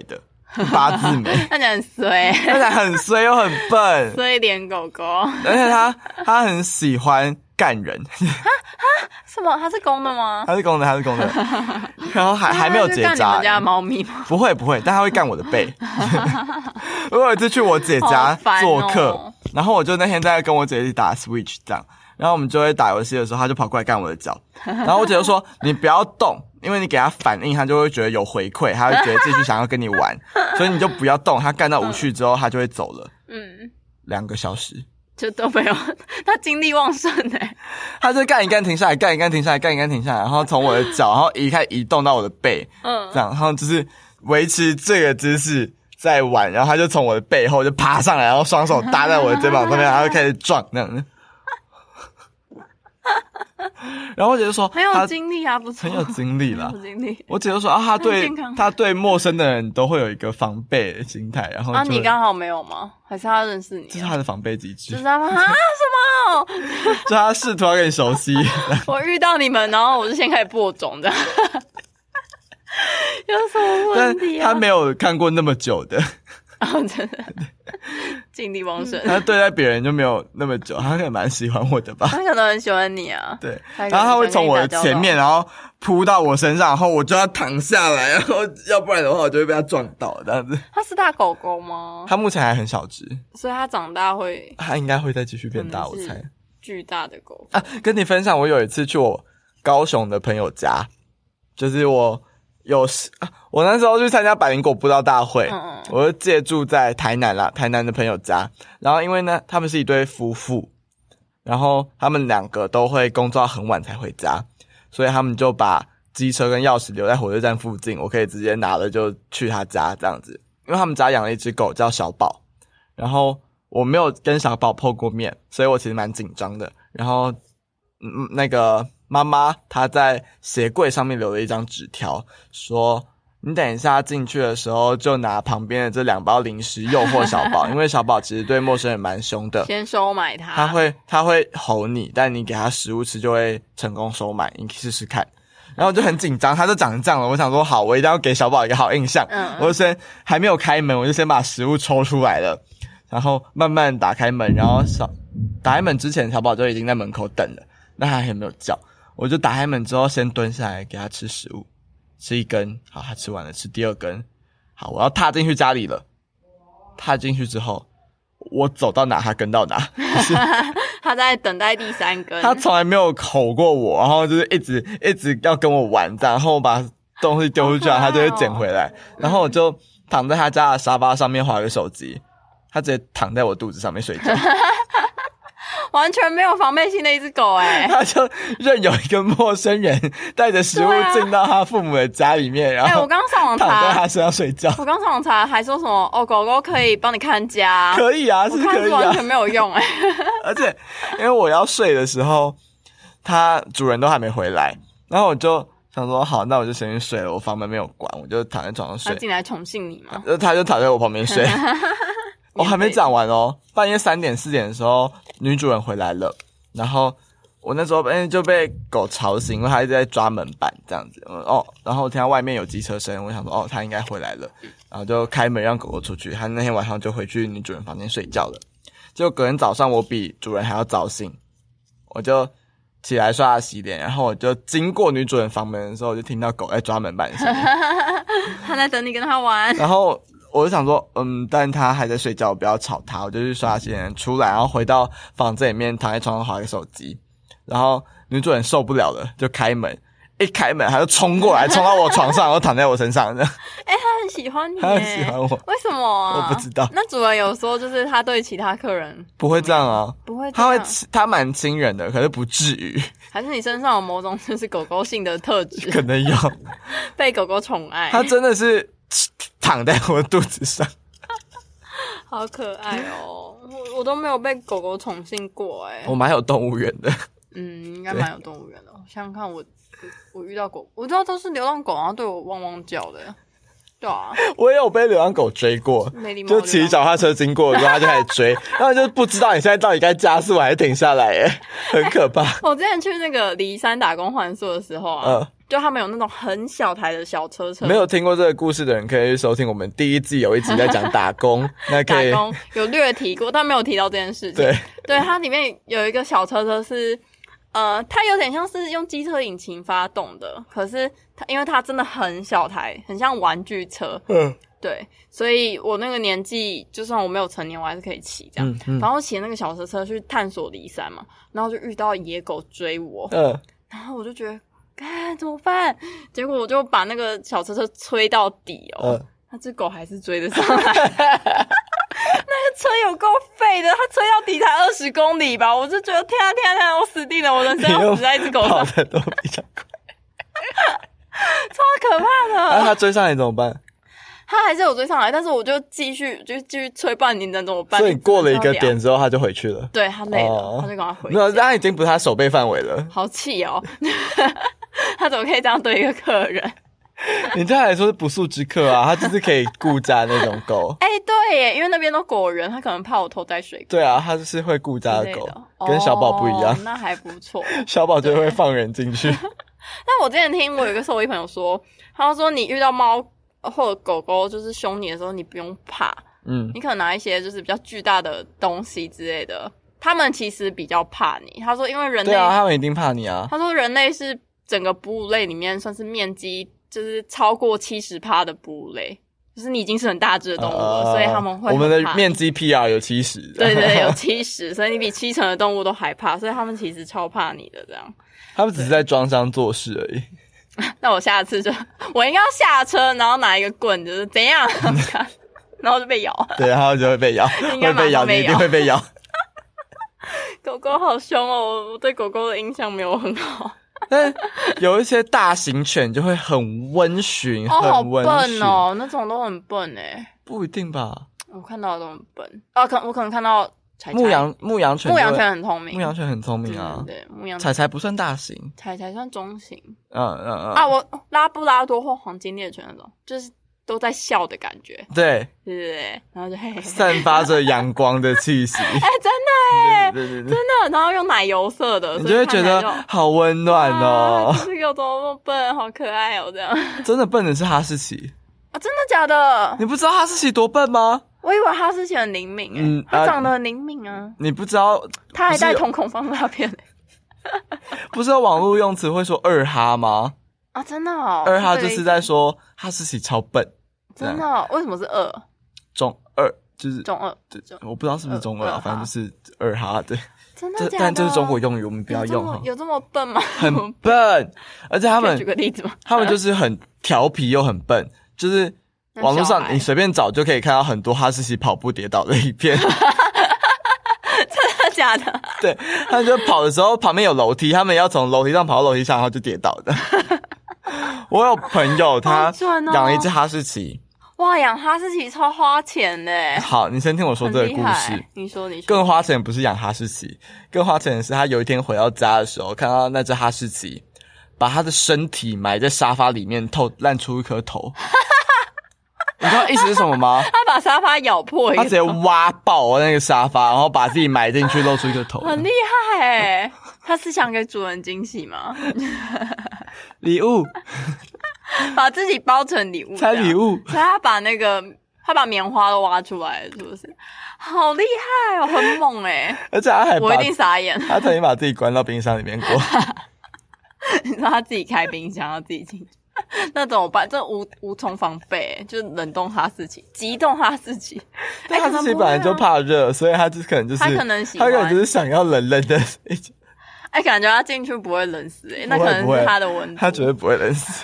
八字眉， 看起来很衰， 看起来很衰又很笨， 衰脸狗狗。 而且它很喜欢干人。 什么？它是公的吗？ 它是公的，然后还没有结扎。 干你们家的猫咪吗？ 不会，但它会干我的背。我有一次去我姐家做客，然后我就那天在跟我姐一起打 Switch 这样，然后我们就会打游戏的时候，它就跑过来干我的脚，然后我姐就说你不要动，因为你给它反应，它就会觉得有回馈，它会觉得继续想要跟你玩，所以你就不要动，它干到无趣之后，它就会走了。2个小时。 就都没有，他精力旺盛欸。 他就干一干停下来，干一干停下来，干一干停下来，然后从我的脚，然后移动到我的背，这样，然后就是维持这个姿势在玩，然后他就从我的背后就爬上来，然后双手搭在我的肩膀上面，然后就开始撞那样。然后我姐就说很有精力啊，不错， 很有精力啦。我姐就说他对陌生的人都会有一个防备的心态，然后你刚好没有吗？还是他认识你？ 这是他的防备机制。 就是他们什么？ 就他试图要跟你熟悉。 我遇到你们，然后我就先开始播种的。有什么问题啊？ 他没有看过那么久的。 真的精力旺盛。 他对待别人就没有那么久，他可能蛮喜欢我的吧。 他可能很喜欢你啊。 对，然后他会从我的前面，然后扑到我身上，然后我就要躺下来，然后要不然的话我就会被他撞倒这样子。 他是大狗狗吗？ 他目前还很小只， 所以他长大会， 他应该会再继续变大，我猜。 巨大的狗啊！跟你分享，我有一次去我高雄的朋友家，就是我那时候去参加百灵果布道大会，我就借住在台南的朋友家。然后因为呢，他们是一对夫妇，然后他们2个都会工作到很晚才回家，所以他们就把机车跟钥匙留在火车站附近，我可以直接拿了就去他家这样子。因为他们家养了一只狗叫小宝，然后我没有跟小宝碰过面，所以我其实蛮紧张的。然后那个妈妈她在鞋柜上面留了一张纸条，说你等一下进去的时候就拿旁边的这2包零食诱惑小宝，因为小宝其实对陌生人蛮凶的， 先收买他， 他会吼你，但你给他食物吃就会成功收买，你试试看。然后我就很紧张，他就长成这样了，我想说好，我一定要给小宝一个好印象，我就先还没有开门，我就先把食物抽出来了，然后慢慢打开门，然后打开门之前小宝就已经在门口等了，那他还没有叫，我就打开门之后先蹲下来给他吃食物，吃1根，好，他吃完了，吃第2根，好，我要踏进去家里了。踏进去之后，我走到哪他跟到哪， 他在等待第3根。 他从来没有吼过我，然后就是一直要跟我玩这样，然后我把东西丢出去他就会捡回来，然后我就躺在他家的沙发上面滑个手机，他直接躺在我肚子上面睡觉。 完全没有防备心的一只狗他就任有一个陌生人带着食物进到他父母的家里面，然后我刚上网查躺在他身上睡觉。 我刚上网查还说什么狗狗可以帮你看家， 可以啊，是可以啊， 我看是完全没有用而且因为我要睡的时候，他主人都还没回来，然后我就想说好，那我就先去睡了，我房门没有关，我就躺在床上睡。 他进来宠幸你吗？ 他就躺在我旁边睡。我还没讲完哦，半夜3点4点的时候，女主人回来了，然后我那时候就被狗吵醒，因为它一直在抓门板这样子。然后我听到外面有机车声，我想说它应该回来了，然后就开门让狗狗出去。它那天晚上就回去女主人房间睡觉了。结果隔天早上我比主人还要早醒，我就起来刷牙洗脸，然后我就经过女主人房门的时候，我就听到狗在抓门板的声音。 它在等你跟它玩。 然后我就想说但他还在睡觉，不要吵他，我就去刷牙洗脸出来，然后回到房子里面躺在床上滑个手机。然后女主人受不了了，就开门，一开门他就冲过来，冲到我床上，然后躺在我身上。他很喜欢你。 他很喜欢我。 为什么啊？ 我不知道。 那主人有说就是他对其他客人不会这样啊？ 不会这样。 他蛮亲人的，可是不至于。 还是你身上有某种就是狗狗性的特质？ 可能有。 被狗狗宠爱。 他真的是躺在我肚子上。 好可爱哦！我都没有被狗狗宠幸过我蛮有动物园的。 应该蛮有动物园的。想想看，我遇到狗，我知道都是流浪狗，然后对我汪汪叫的。对啊， 我也有被流浪狗追过，就骑脚踏车经过的时候，它就开始追，然后就不知道你现在到底该加速还是停下来，很可怕。 我之前去那个梨山打工换宿的时候啊， 就他们有那种很小台的小车车。 没有听过这个故事的人可以去收听我们第一季有一集在讲打工，那可以打工有略提过，但没有提到这件事情。对，它里面有一个小车车是它有点像是用机车引擎发动的，可是因为它真的很小台，很像玩具车。对，所以我那个年纪，就算我没有成年，我还是可以骑这样。然后骑那个小车车去探索离山嘛，然后就遇到野狗追我，然后我就觉得，怎么办？结果我就把那个小车车吹到底那只狗还是追得上来。那个车有够废的，它吹到底才20公里吧，我就觉得天啊，我死定了，我人生要死在一只狗上。 跑得都比较快， 超可怕的。 那它追上来怎么办？ 他还是有追上来，但是我就继续吹半年能怎么办？ 所以过了一个点之后，他就回去了。 对，他累了，他就赶快回去。 没有，他已经不是他守备范围了。 好气哦！他怎么可以这样对一个客人？ 你这样来说是不速之客啊，他就是可以顾家那种狗。 对耶，因为那边都狗人，他可能怕我偷带水果。 对啊，他就是会顾家的狗，跟小宝不一样。 那还不错。 小宝就会放人进去。 但我之前听我有一个兽医朋友说，他说你遇到猫或者狗狗就是凶你的时候，你不用怕，你可能拿一些就是比较巨大的东西之类的，他们其实比较怕你。他说因为人类， 对啊，他们一定怕你啊。 他说人类是整个哺乳类里面算是面积就是超过 70% 的哺乳类，就是你已经是很大只的动物了，所以他们会很怕你。 我们的面积 PR 有70， 对，有70，所以你比70%的动物都还怕，所以他们其实超怕你的这样。 他们只是在装腔作势而已。 那我下次我应该要下车，然后拿一个棍，就是怎样，然后就被咬。 对，然后就会被咬，会被咬，你一定会被咬。 狗狗好凶哦，我对狗狗的印象没有很好。 但有一些大型犬就会很温驯，很温驯。 好笨哦，那种都很笨诶。 不一定吧？ 我看到的都很笨啊，我可能看到牧羊犬很聪明， 牧羊犬很聪明啊。 对，牧羊柴不算大型， 柴算中型。 我拉布拉多或黄金猎犬那种，就是都在笑的感觉。 对， 然后就嘿嘿， 散发着阳光的气息。 真的对， 真的。然后用奶油色的， 你就会觉得好温暖哦。 这个怎么那么笨，好可爱哦，这样。 真的笨的是哈士奇啊？真的假的？ 你不知道哈士奇多笨吗？ 我以为哈士奇很灵敏它长得很灵敏啊。 你不知道， 它还带瞳孔放大片不是有网络用词会说二哈吗？ 啊，真的哦。 二哈就是在说哈士奇超笨。 真的哦？为什么是2？ 中2就是中2， 我不知道是不是中2啊，反正就是二哈。对， 真的假的？ 但这是中国用语，我们不要用。 有这么笨吗？ 很笨，而且他们举个例子吗？ 他们就是很调皮又很笨，就是网络上你随便找就可以看到很多哈士奇跑步跌倒的影片。真的假的？ 对，他们就跑的时候旁边有楼梯，他们要从楼梯上跑到楼梯上，然后就跌倒的。我有朋友他养了一只哈士奇。 哇，养哈士奇超花钱的。 好，你先听我说这个故事。 你说。 更花钱不是养哈士奇，更花钱的是他有一天回到家的时候，看到那只哈士奇把他的身体埋在沙发里面，烂出一颗头。你知道意思是什么吗？ 他把沙发咬破， 他直接挖爆那个沙发，然后把自己埋进去，露出一个头。 很厉害耶。他是想给主人惊喜吗？ 礼物。 把自己包成礼物， 拆礼物。 所以他把棉花都挖出来了，是不是？好厉害哦，很猛耶。 而且他还我一定傻眼。 他曾经把自己关到冰箱里面过。 你说他自己开冰箱，要自己进去，那怎么办？这无从防备，就是冷冻哈士奇、急冻哈士奇。 哈士奇本来就怕热，所以他就可能就是他可能喜欢， 他可能就是想要冷冷的。 感觉他进去不会冷死那可能是他的温度， 他绝对不会冷死。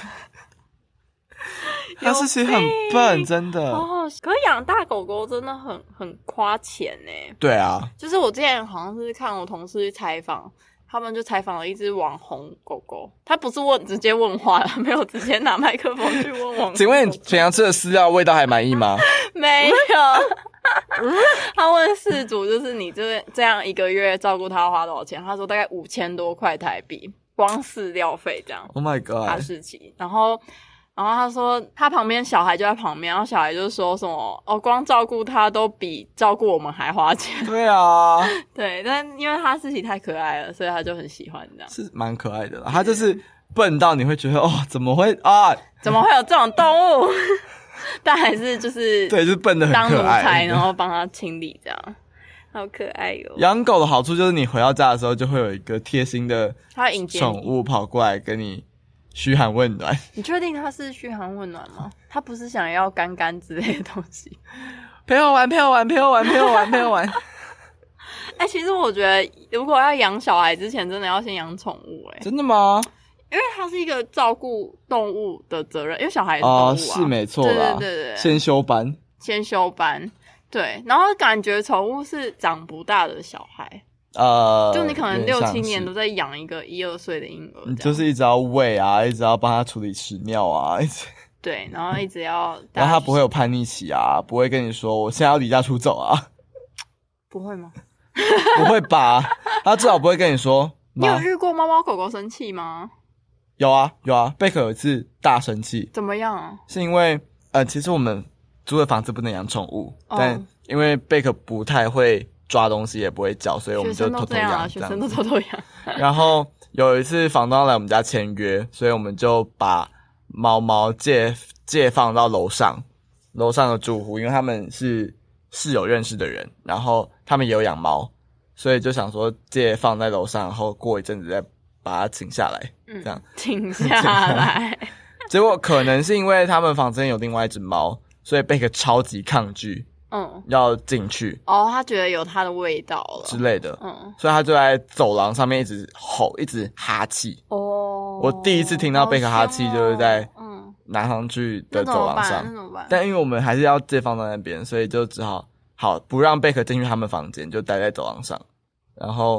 哈士奇很笨，真的。 可是养大狗狗真的很花钱对啊， 就是我之前好像是看我同事去采访，他们就采访了一只网红狗狗，他不是直接问话了，没有直接拿麦克风去问网红。 请问你平常吃的饲料味道还满意吗？ 没有。他问饲主，就是你这样一个月照顾他要花多少钱？他说大概5000多块台币，光饲料费这样。 Oh my god！ 哈士奇，然后他说他旁边小孩就在旁边，然后小孩就说什么光照顾他都比照顾我们还花钱。 对啊。 对，但因为哈士奇太可爱了，所以他就很喜欢这样。 是蛮可爱的啦，他就是笨到你会觉得怎么会啊？ 怎么会有这种动物？但还是就是对，就是笨的很当奴可爱。 才，然后帮他清理这样。好可爱哟！ 养狗的好处就是你回到家的时候就会有一个贴心的宠物跑过来跟你嘘寒问暖。 你确定他是嘘寒问暖吗？他不是想要干干之类的东西？ 陪我玩，陪我玩，陪我玩，陪我玩，陪我玩。 其实我觉得如果要养小孩之前，真的要先养宠物。 真的吗？ 因为它是一个照顾动物的责任，因为小孩也是动物啊。 是没错啦。 对， 先修班。对， 然后感觉宠物是长不大的小孩，就你可能6、7年都在养一个1、2岁的婴儿， 你就是一直要喂啊，一直要帮他处理屎尿啊， 对，然后一直要， 然后他不会有叛逆期啊，不会跟你说我现在要离家出走啊， 不会吗？ 不会吧？他至少不会跟你说。 你有遇过猫猫狗狗生气吗？ 有啊，贝克有一次大生气。 怎么样啊？ 是因为其实我们租的房子不能养宠物，但因为贝克不太会抓东西，也不会叫，所以我们就偷偷养。 学生都偷偷养。 然后有一次房东来我们家签约，所以我们就把猫借放到楼上的住户，因为他们是室友认识的人，然后他们也有养猫，所以就想说借放在楼上，然后过一阵子再把它请下来，这样请下来。 结果可能是因为他们房间有另外一只猫，所以贝克超级抗拒，要进去。 他觉得有它的味道了之类的，所以他就在走廊上面一直吼，一直哈气。我第一次听到贝克哈气就是在拿上去的走廊上， 那怎么办？ 但因为我们还是要借放在那边，所以就只好不让贝克进去他们房间，就待在走廊上。然后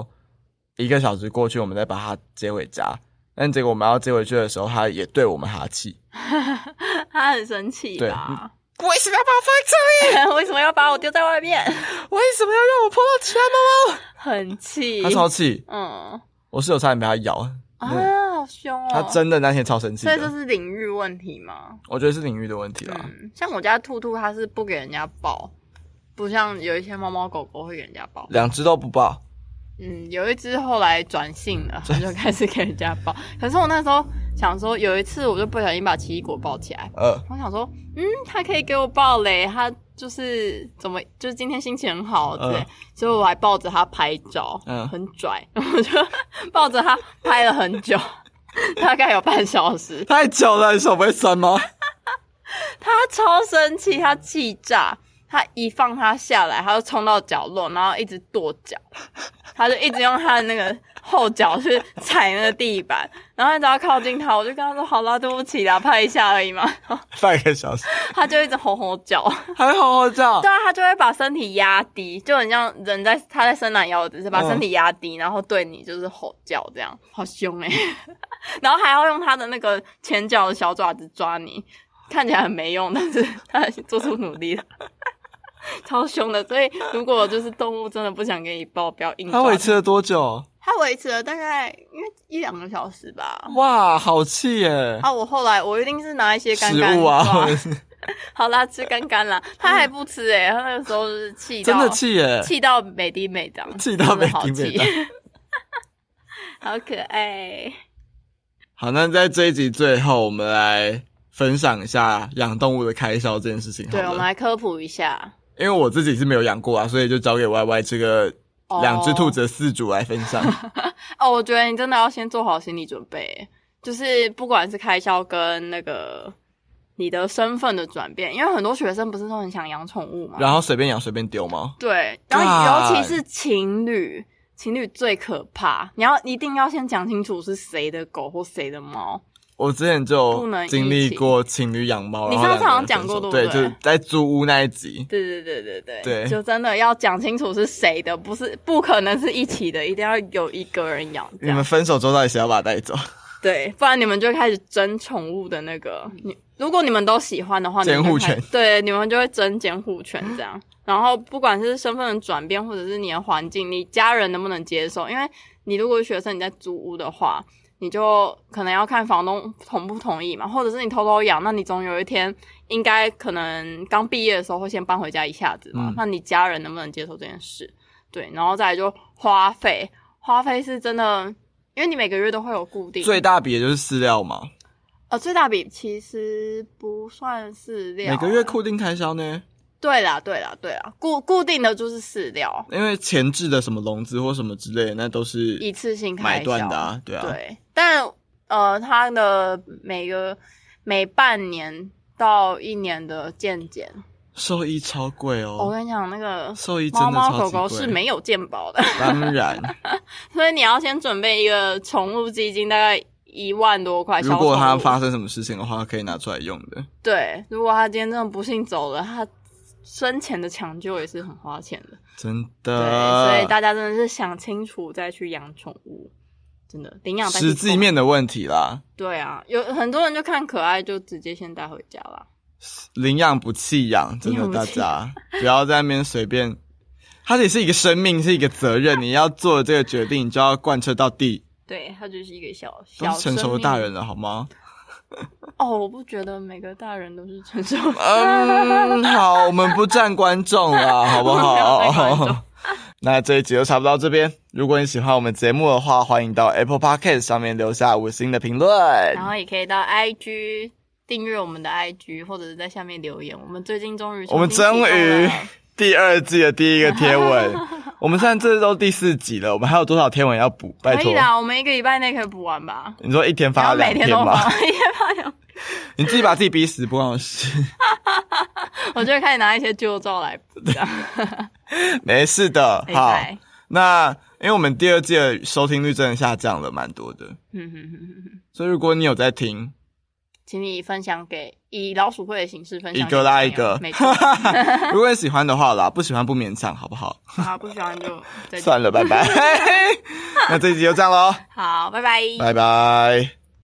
1个小时过去，我们再把他接回家。但结果我们要接回去的时候，他也对我们哈气。 他很生气吧？ 为什么要把我放在这里？ 为什么要把我丢在外面？ 为什么要让我碰到其他猫猫？ 很气， 他超气。我室友差点被他咬啊，好凶哦！ 他真的那天超生气的。 所以这是领域问题吗？ 我觉得是领域的问题啦。 像我家兔兔，它是不给人家抱，不像有一些猫猫狗狗会给人家抱。 2只都不抱。 有一只后来转性了，就开始给人家抱。可是我那时候想说，有一次我就不小心把奇异果抱起来，我想说，它可以给我抱嘞，它就是就是今天心情很好，对，所以我还抱着它拍照，很拽，我就抱着它拍了很久，大概有半小时。 太久了，你手不会酸吗？ 它超生气，它气炸。他一放他下来，他就冲到角落，然后一直跺脚，他就一直用他的那个后脚去踩那个地板，然后一直要靠近他，我就跟他说：“好啦，对不起啦，拍一下而已嘛。” 半个小时， 他就一直吼吼叫， 还会吼吼叫。 对啊，他就会把身体压低，就很像人他在伸懒腰，只是把身体压低，然后对你就是吼叫这样，好凶然后还要用他的那个前脚的小爪子抓你，看起来很没用，但是他做出努力了。超凶的，所以如果就是动物真的不想给你抱，不要硬抓。 他维持了多久？ 他维持了大概因为1-2个小时吧。 哇，好气耶！ 我后来我一定是拿一些干干食物啊， 好啦，吃干干啦。他还不吃他那个时候是气到真的气耶， 气到每滴每当， 气到每滴每当， 好可爱。 好，那在这一集最后，我们来分享一下养动物的开销这件事情好了。 对，我们来科普一下。 因为我自己是没有养过啊，所以就交给 YY 这个2只兔子的饲主来分享。 我觉得你真的要先做好心理准备，就是不管是开销跟那个你的身份的转变，因为很多学生不是都很想养宠物吗？ 然后随便养随便丢吗？ 对，然后尤其是情侣最可怕，你一定要先讲清楚是谁的狗或谁的猫。我之前就经历过情侣养猫， 你上次好像讲过，对不对？ 对，就是在租屋那一集。 对，就真的要讲清楚是谁的，不可能是一起的，一定要有一个人养。 你们分手之后到底谁要把它带走？ 对，不然你们就会开始争宠物的那个。如果你们都喜欢的话， 监护权。 对，你们就会争监护权这样。然后不管是身份的转变，或者是你的环境，你家人能不能接受？因为你如果是学生，你在租屋的话，你就可能要看房东同不同意嘛，或者是你偷偷养，那你总有一天应该可能刚毕业的时候会先搬回家一下子嘛，那你家人能不能接受这件事？对，然后再来就花费是真的因为你每个月都会有固定。 最大笔的就是饲料嘛。 最大笔其实不算饲料， 每个月固定开销呢？ 对啦，固定的就是饲料， 因为前置的什么笼子或什么之类的，那都是一次性开销买断的啊，对啊。 对，但它的每半年到1年的健检， 兽医超贵哦。 我跟你讲，那个兽医真的超级贵， 猫猫狗狗是没有健保的， 当然。 所以你要先准备一个宠物基金，大概1万多块。 如果它发生什么事情的话，可以拿出来用的。 对，如果它今天真的不幸走了，它生前的抢救也是很花钱的， 真的。 对，所以大家真的是想清楚再去养宠物，真的领养实际面的问题啦。 对啊，有很多人就看可爱就直接先带回家啦。 领养不弃养，真的，大家不要在那边随便。它也是一个生命，是一个责任，你要做的这个决定，你就要贯彻到底。 对，它就是一个小都是成熟的大人了，好吗？ 我不觉得每个大人都是成熟的。 好，我们不占观众啦，好不好？那这一集就差不多到这边。如果你喜欢我们节目的话，欢迎到 Apple Podcast 上面留下5星的评论， 然后也可以到 IG 订阅我们的 IG， 或者是在下面留言。我们终于第2季的第一个贴文，我们现在这都第4集了，我们还有多少贴文要补？拜托， 可以啦，我们1个礼拜内可以补完吧？ 你说一天发2篇吗？ 一天发2篇， 你自己把自己逼死，不关我事。 我就会开始拿一些旧照来补，这样没事的。好，那因为我们第2季的收听率真的下降了蛮多的，所以如果你有在听， 请你分享给以老鼠会的形式分享， 一个拉一个， 没错。 如果你喜欢的话啦，不喜欢不勉强，好不好？ 好，不喜欢就算了，拜拜。那这一集就这样咯。 好，拜拜， 拜拜。